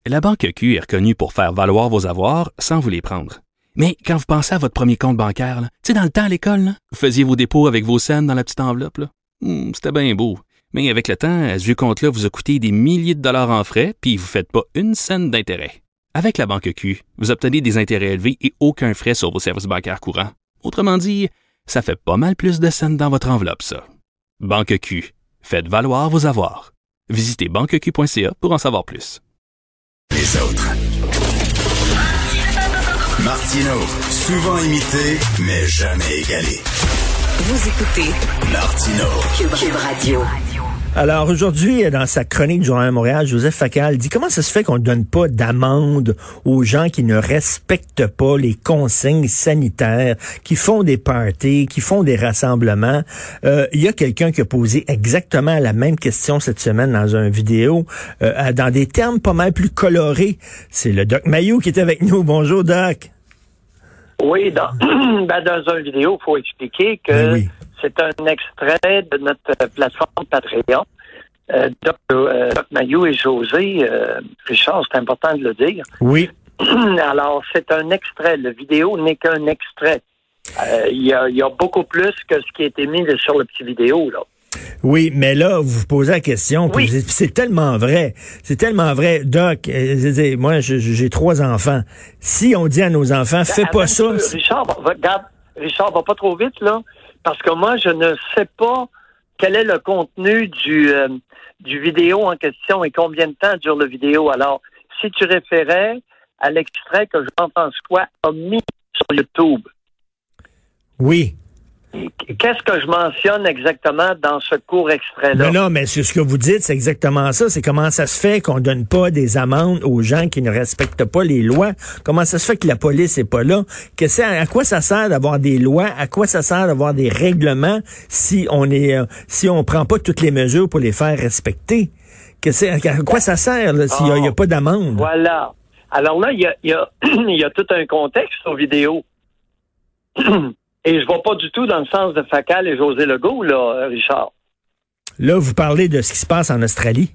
La Banque Q est reconnue pour faire valoir vos avoirs sans vous les prendre. Mais quand vous pensez à votre premier compte bancaire, tu sais, dans le temps à l'école, là, vous faisiez vos dépôts avec vos scènes dans la petite enveloppe. Là. C'était bien beau. Mais avec le temps, ce vieux compte-là vous a coûté des milliers de dollars en frais, puis vous ne faites pas une scène d'intérêt. Avec la Banque Q, vous obtenez des intérêts élevés et aucun frais sur vos services bancaires courants. Autrement dit, ça fait pas mal plus de scènes dans votre enveloppe, ça. Banque Q. Faites valoir vos avoirs. Visitez banqueq.ca pour en savoir plus. Les autres. Martino, souvent imité, mais jamais égalé. Vous écoutez Martino. Cube Radio. Alors aujourd'hui, dans sa chronique du Journal de Montréal, Joseph Facal dit comment ça se fait qu'on ne donne pas d'amende aux gens qui ne respectent pas les consignes sanitaires, qui font des parties, qui font des rassemblements. Il y a quelqu'un qui a posé exactement la même question cette semaine dans une vidéo, dans des termes pas mal plus colorés. C'est le Doc Mayou qui est avec nous. Bonjour Doc. Oui, dans une vidéo, il faut expliquer que c'est un extrait de notre plateforme Patreon. Doc Mayou et José, Richard, c'est important de le dire. Oui. Alors, c'est un extrait. La vidéo n'est qu'un extrait. Il y a beaucoup plus que ce qui a été mis sur le petit vidéo, là. Oui, mais là, vous vous posez la question, puis Oui. c'est tellement vrai. C'est tellement vrai. Doc, moi, j'ai 3 enfants. Si on dit à nos enfants, fais pas ça... Richard, regarde, Richard, va pas trop vite, là, parce que moi, je ne sais pas quel est le contenu du vidéo en question et combien de temps dure la vidéo. Alors, si tu référais à l'extrait que Jean-François a mis sur YouTube. Oui. Qu'est-ce que je mentionne exactement dans ce court extrait-là? Non, mais ce que vous dites, c'est exactement ça. C'est comment ça se fait qu'on donne pas des amendes aux gens qui ne respectent pas les lois. Comment ça se fait que la police est pas là? À quoi ça sert d'avoir des lois? À quoi ça sert d'avoir des règlements si on prend pas toutes les mesures pour les faire respecter? À quoi ça sert là, s'il y a pas d'amende? Voilà. Alors là, il y a tout un contexte aux vidéos. Et je ne vais pas du tout dans le sens de Facal et José Legault, là, Richard. Là, vous parlez de ce qui se passe en Australie.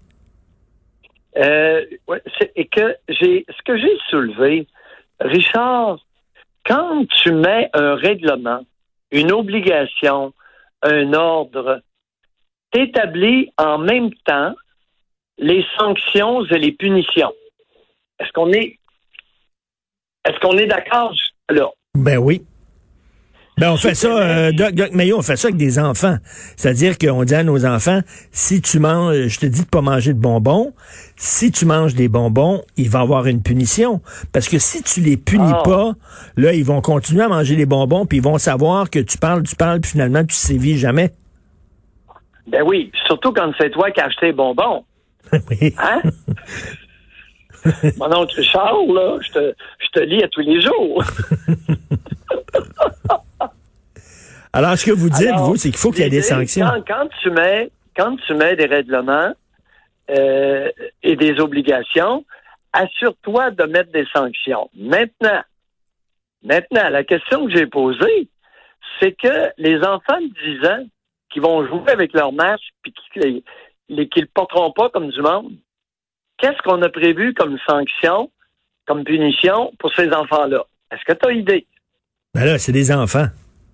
Ouais, ce que j'ai soulevé, Richard, quand tu mets un règlement, une obligation, un ordre, t'établis en même temps les sanctions et les punitions. Est-ce qu'on est d'accord là? Ben oui. Ben on fait ça, Doc Mayou, on fait ça avec des enfants. C'est-à-dire qu'on dit à nos enfants, si tu manges, je te dis de pas manger de bonbons, si tu manges des bonbons, il va y avoir une punition. Parce que si tu les punis pas, là, ils vont continuer à manger les bonbons, puis ils vont savoir que tu parles, puis finalement, tu sévis jamais. Ben oui, surtout quand c'est toi qui as acheté les bonbons. Oui. Hein? Mon oncle Richard, là, je te lis à tous les jours. Alors, ce que vous dites, vous, c'est qu'il faut qu'il y ait des sanctions. Quand tu mets des règlements et des obligations, assure-toi de mettre des sanctions. Maintenant, la question que j'ai posée, c'est que les enfants de 10 ans qui vont jouer avec leur masque puis qui le porteront pas comme du monde, qu'est-ce qu'on a prévu comme sanction, comme punition pour ces enfants-là? Est-ce que tu as idée? Ben là, c'est des enfants.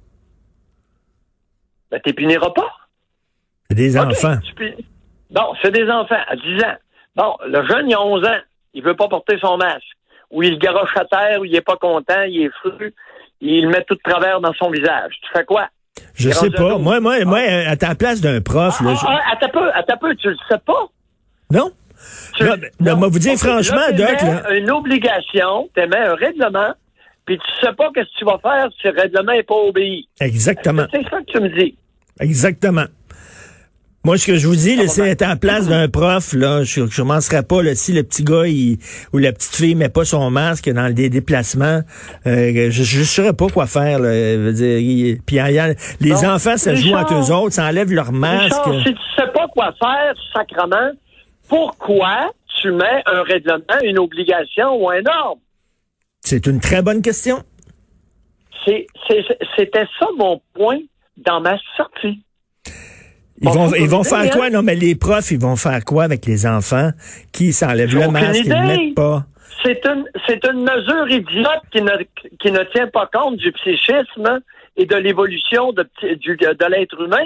Ben, tu les puniras pas. C'est des enfants. Bon, c'est des enfants à 10 ans. Bon, le jeune, il a 11 ans. Il veut pas porter son masque. Ou il le garoche à terre, ou il est pas content, il est fru. Il le met tout de travers dans son visage. Tu fais quoi? Je sais pas. Moi, à ta place d'un prof... Attends un peu, tu le sais pas? Non? Non, moi, vous dire franchement, là, Doc... Là, une obligation, tu mets un règlement, puis tu sais pas qu'est-ce que tu vas faire si le règlement n'est pas obéi. Exactement. C'est ça que tu me dis. Exactement. Moi, ce que je vous dis, là, c'est être en place d'un prof, là, je commencerai pas, là, si le petit gars ou la petite fille met pas son masque dans des déplacements, je saurais pas quoi faire, là. Puis les enfants, ça joue entre eux autres, ça enlève leur masque. Richard, si tu sais pas quoi faire, sacrement, pourquoi tu mets un règlement, une obligation ou un ordre? C'est une très bonne question. C'était ça mon point dans ma sortie. Ils vont faire quoi? Non, mais les profs, ils vont faire quoi avec les enfants qui s'enlèvent le masque et ne le mettent pas? C'est une mesure idiote qui ne tient pas compte du psychisme et de l'évolution de l'être humain.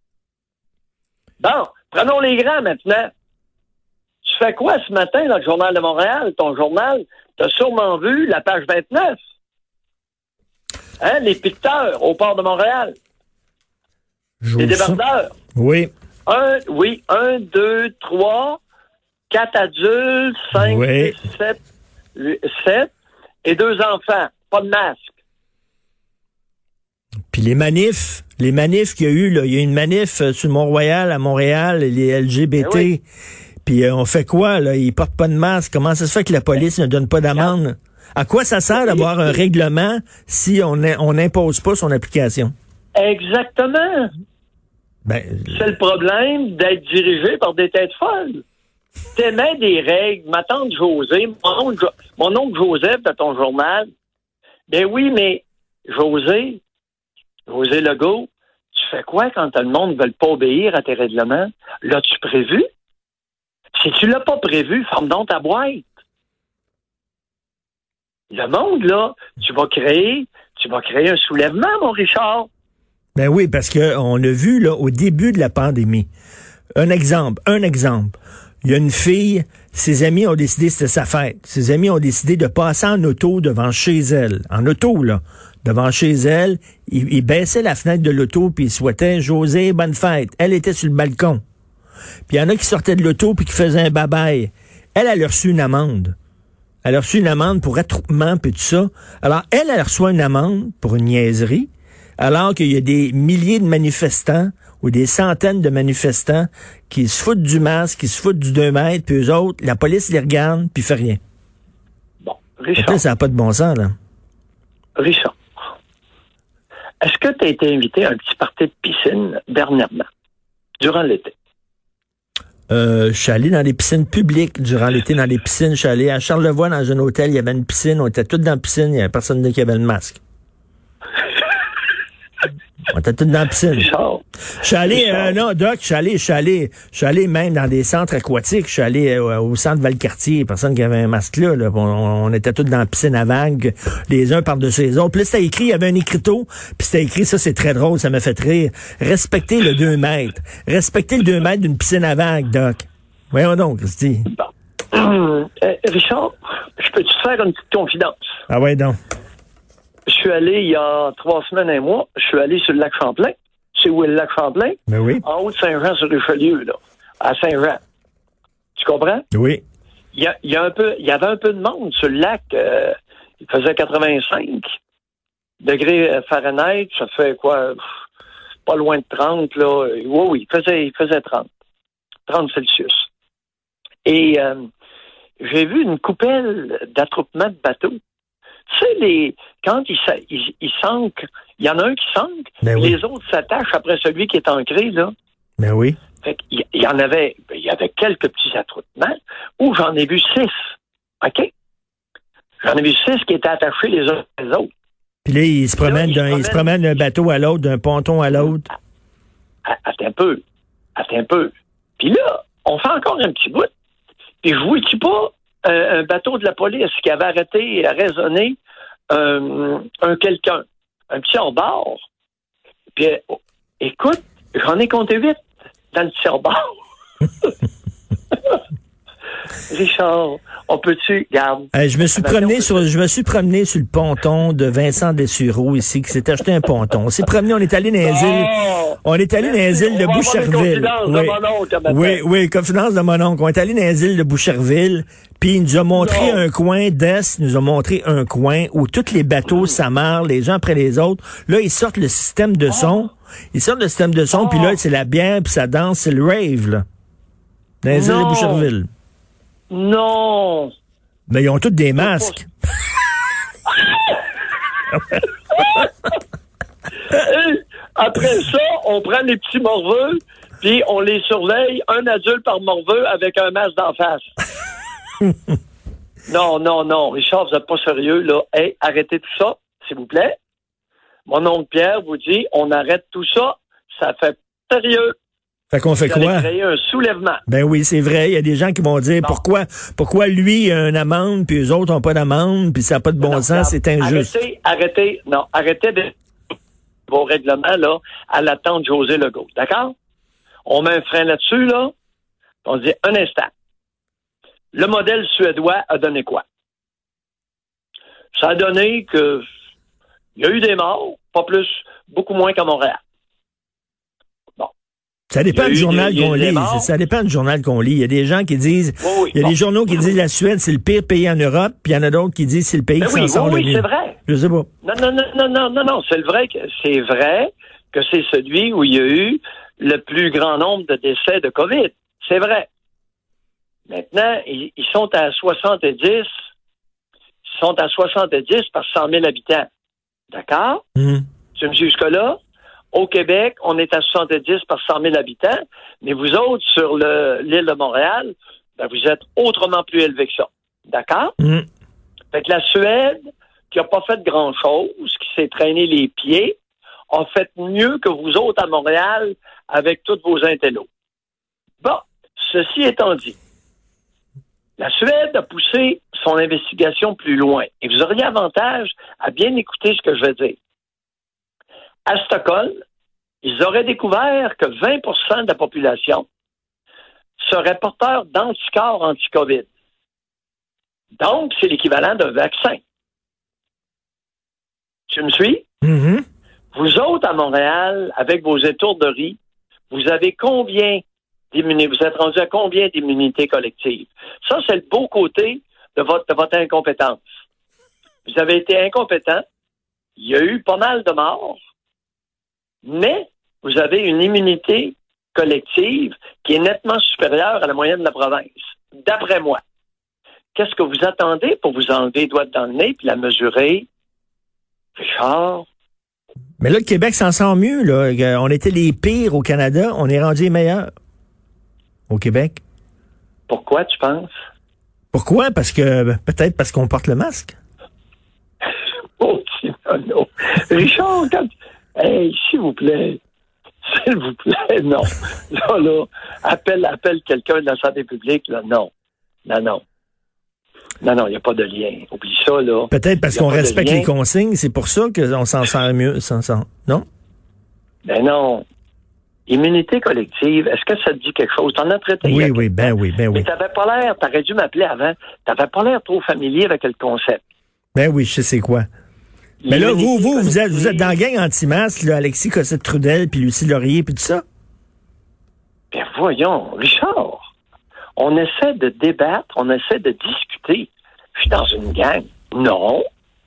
Bon, prenons les grands maintenant. Tu fais quoi ce matin dans le Journal de Montréal? Ton journal, tu as sûrement vu la page 29. Hein, les picteurs au port de Montréal. Les débardeurs. Oui. 1, 2, 3, 4 adultes, 5, 6, 7 et 2 enfants. Pas de masque. Puis les manifs qu'il y a eu, là, il y a une manif sur le Mont-Royal à Montréal, les LGBT. Oui. Puis on fait quoi, là? Ils portent pas de masque. Comment ça se fait que la police ne donne pas d'amende? À quoi ça sert d'avoir un règlement si on n'impose pas son application? Exactement. C'est le problème d'être dirigé par des têtes folles. T'émets des règles. Ma tante Josée, mon oncle Joseph de ton journal. Ben oui, mais José Legault, tu fais quoi quand le monde ne veut pas obéir à tes règlements? L'as-tu prévu? Si tu l'as pas prévu, ferme donc ta boîte. Le monde, là, tu vas créer un soulèvement, mon Richard. Ben oui, parce que on l'a vu, là, au début de la pandémie. Un exemple. Il y a une fille, ses amis ont décidé, c'était sa fête. Ses amis ont décidé de passer en auto devant chez elle. En auto, là. Devant chez elle. Ils baissaient la fenêtre de l'auto puis ils souhaitaient José, bonne fête. Elle était sur le balcon. Puis il y en a qui sortaient de l'auto puis qui faisaient un bye-bye. Elle a reçu une amende. Elle a reçu une amende pour attroupement puis tout ça. Alors, elle reçoit une amende pour une niaiserie, alors qu'il y a des milliers de manifestants ou des centaines de manifestants qui se foutent du masque, qui se foutent du 2 mètres, puis eux autres, la police les regarde puis fait rien. Bon, Richard. Ça n'a pas de bon sens, là. Richard, est-ce que tu as été invité à un petit party de piscine dernièrement, durant l'été? Je suis allé dans des piscines publiques durant l'été, dans les piscines. Je suis allé à Charlevoix dans un hôtel, il y avait une piscine, on était tous dans la piscine, il n'y avait personne qui avait le masque. On était tous dans la piscine. Je suis allé, non, Doc, je suis allé même dans des centres aquatiques. Je suis allé au centre Valcartier, personne qui avait un masque là. On était tous dans la piscine à vagues, les uns par-dessus les autres. Puis là, c'était écrit, il y avait un écriteau, puis c'était écrit, ça c'est très drôle, ça m'a fait rire. Respectez le 2 mètres. Respectez le 2 mètres d'une piscine à vagues, Doc. Voyons donc, Christy. Richard, je peux te faire une petite confidence? Ah ouais, donc. Je suis allé il y a 3 semaines, un mois, je suis allé sur le lac Champlain. Tu sais où est le lac Champlain? Ben oui. En Haute-Saint-Jean-sur-Richelieu, là, à Saint-Jean. Tu comprends? Oui. Il y avait un peu de monde sur le lac. Il faisait 85 degrés Fahrenheit. Ça fait quoi? Pas loin de 30, là. Oui, il faisait 30. 30 Celsius. Et j'ai vu une coupelle d'attroupement de bateaux. Tu sais, quand ils s'ancrent, il y en a un qui s'ancre, ben oui. Les autres s'attachent après celui qui est ancré, là. Ben oui. Fait qu'il y avait quelques petits attroupements où j'en ai vu 6. OK? J'en ai vu 6 qui étaient attachés les uns aux autres. Puis là, ils se promènent d'un bateau à l'autre, d'un ponton à l'autre. Attends un peu. Puis là, on fait encore un petit bout. Puis je vois-tu pas un bateau de la police qui avait arrêté et raisonné un quelqu'un, un petit hors-bord. Puis, écoute, j'en ai compté 8 dans le petit hors-bord. Richard, on peut-tu, garde. Je me suis promené sur le ponton de Vincent Dessureau ici, qui s'est acheté un ponton. On s'est promené, on est allé dans les îles. On est allé dans les îles de Boucherville. Oui, confidence de mon oncle. On est allé dans les îles de Boucherville, puis il nous a montré un coin d'est, nous a montré un coin où tous les bateaux s'amarrent les uns après les autres. Là, ils sortent le système de son. Puis là, c'est la bière, puis ça danse, c'est le rave, là. Dans les îles de Boucherville. Non! Mais ils ont tous des masques. Après ça, on prend les petits morveux, puis on les surveille, un adulte par morveux avec un masque d'en face. Non, Richard, vous n'êtes pas sérieux, là. Hey, arrêtez tout ça, s'il vous plaît. Mon oncle Pierre vous dit, on arrête tout ça, ça fait sérieux. Fait qu'on fait Vous allez quoi? créer un soulèvement. Ben oui, c'est vrai. Il y a des gens qui vont dire pourquoi lui a une amende puis eux autres n'ont pas d'amende puis ça n'a pas de bon sens, c'est injuste. Arrêtez de vos règlements là à l'attente de José Legault, d'accord? On met un frein là-dessus là. On dit un instant. Le modèle suédois a donné quoi? Ça a donné que il y a eu des morts, pas plus, beaucoup moins qu'à Montréal. Ça dépend du journal qu'on lit. Ça dépend du journal qu'on lit. Il y a des gens qui disent, il y a des journaux qui disent la Suède, c'est le pire pays en Europe, puis il y en a d'autres qui disent c'est le pays qui s'en sort le mieux. Oui, c'est vrai. Je sais pas. Non, c'est vrai que c'est celui où il y a eu le plus grand nombre de décès de COVID. C'est vrai. Maintenant, ils sont à 70. Ils sont à 70 par 100 000 habitants. D'accord? Tu me suis jusque-là? Au Québec, on est à 70 par 100 000 habitants, mais vous autres, sur l'île de Montréal, ben, vous êtes autrement plus élevés que ça. D'accord? Fait que la Suède, qui n'a pas fait grand-chose, qui s'est traîné les pieds, a fait mieux que vous autres à Montréal avec tous vos intellos. Bon, ceci étant dit, la Suède a poussé son investigation plus loin. Et vous auriez avantage à bien écouter ce que je vais dire. À Stockholm, ils auraient découvert que 20% de la population serait porteur d'anticorps anti-COVID. Donc, c'est l'équivalent d'un vaccin. Tu me suis? Vous autres, à Montréal, avec vos étourderies, vous avez combien d'immunité? Vous êtes rendu à combien d'immunité collective? Ça, c'est le beau côté de votre incompétence. Vous avez été incompétent. Il y a eu pas mal de morts. Mais vous avez une immunité collective qui est nettement supérieure à la moyenne de la province, d'après moi. Qu'est-ce que vous attendez pour vous enlever les doigts dans le nez puis la mesurer? Richard? Mais là, le Québec s'en sort mieux. Là. On était les pires au Canada. On est rendu les meilleurs au Québec. Pourquoi, tu penses? Pourquoi? Peut-être parce qu'on porte le masque. Oh, non. Richard, hey, s'il vous plaît, non. Là, appelle quelqu'un de la santé publique, là, non, il n'y a pas de lien. Oublie ça, là. Peut-être parce qu'on respecte les consignes, c'est pour ça qu'on s'en sort mieux, non? Ben non. Immunité collective, est-ce que ça te dit quelque chose? T'en as traité? Oui, ben oui. Mais t'avais pas l'air, t'aurais dû m'appeler avant, t'avais pas l'air trop familier avec le concept. Ben oui, je sais quoi. Mais là, vous êtes dans la gang anti-masque, là, Alexis Cossette-Trudel, puis Lucie Laurier, puis tout ça? Bien voyons, Richard, on essaie de débattre, on essaie de discuter. Je suis dans une gang. Non.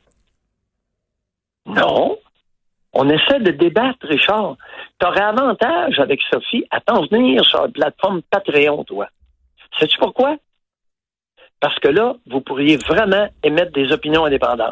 On essaie de débattre, Richard. T'aurais avantage avec Sophie à t'en venir sur la plateforme Patreon, toi. Sais-tu pourquoi? Parce que là, vous pourriez vraiment émettre des opinions indépendantes.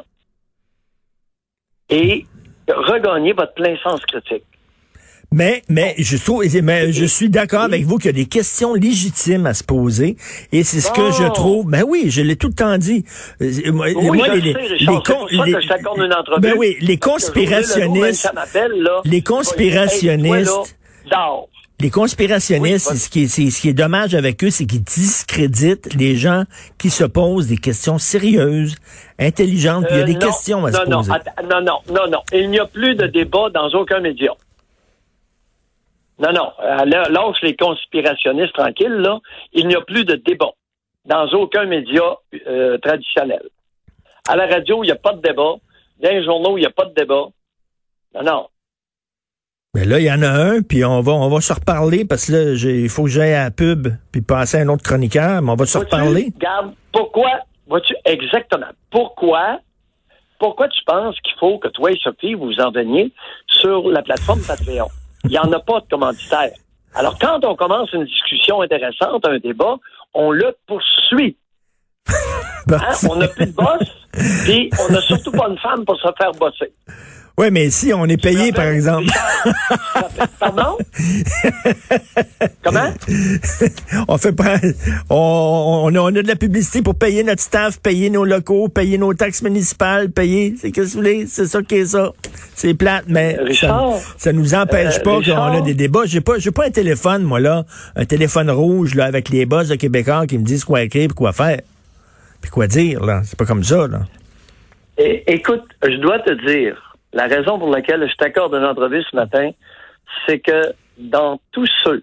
Et regagner votre plein sens critique. Mais je suis d'accord avec vous qu'il y a des questions légitimes à se poser et c'est ce que je trouve. Ben oui, je l'ai tout le temps dit. Moi, je t'accorde une entrevue. Ben oui, les conspirationnistes. Les conspirationnistes. Les conspirationnistes, ce qui est dommage avec eux, c'est qu'ils discréditent les gens qui se posent des questions sérieuses, intelligentes, puis il y a des questions à se poser. Non. Il n'y a plus de débat dans aucun média. Non. Lâche les conspirationnistes tranquilles, là. Il n'y a plus de débat dans aucun média traditionnel. À la radio, il n'y a pas de débat. Dans les journaux, il n'y a pas de débat. Non. Mais là, il y en a un, puis on va se reparler, parce que là, il faut que j'aille à la pub, puis passer à un autre chroniqueur, mais on va se reparler. Regarde, exactement. Pourquoi tu penses qu'il faut que toi et Sophie vous en veniez sur la plateforme Patreon? Il n'y en a pas de commanditaire. Alors, quand on commence une discussion intéressante, un débat, on le poursuit. On n'a plus de boss, puis on n'a surtout pas une femme pour se faire bosser. Oui, mais si on est payé, par exemple. Pardon? Comment? On fait pas. On a de la publicité pour payer notre staff, payer nos locaux, payer nos taxes municipales, payer. C'est que vous voulez, c'est ça qui est ça. C'est plate, mais Richard, ça nous empêche pas Richard, qu'on a des débats. J'ai pas un téléphone, moi, là, un téléphone rouge, là, avec les boss de Québécois qui me disent quoi écrire, puis quoi faire, puis quoi dire, là. C'est pas comme ça, là. Écoute, je dois te dire, la raison pour laquelle je t'accorde une entrevue ce matin, c'est que dans tous ceux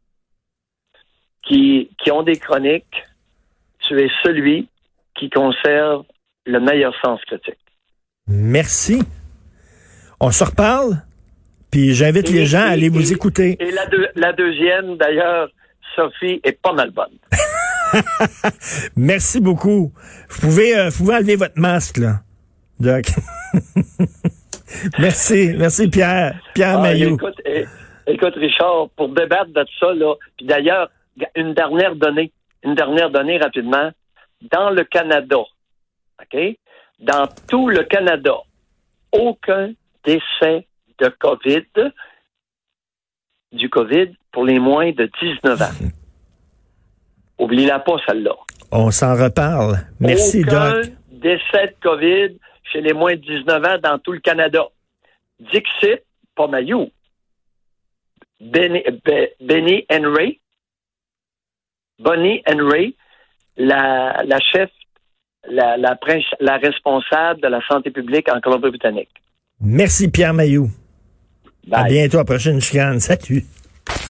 qui ont des chroniques, tu es celui qui conserve le meilleur sens critique. Merci. On se reparle, puis j'invite les gens à aller vous écouter. Et la deuxième, d'ailleurs, Sophie, est pas mal bonne. Merci beaucoup. Vous pouvez enlever votre masque, là. Doc. Merci Pierre Mailloux. Écoute, Richard, pour débattre de ça, là, puis d'ailleurs, une dernière donnée rapidement, dans le Canada, OK? Dans tout le Canada, aucun décès de du COVID pour les moins de 19 ans. Oublie-la pas, celle-là. On s'en reparle. Merci, aucun Doc. Décès de COVID chez les moins de 19 ans dans tout le Canada. Dixit, pas Mailloux. Bonnie Henry, la chef, la responsable de la santé publique en Colombie-Britannique. Merci Pierre Mailloux. Bye. À bientôt, à la prochaine chicane. Salut.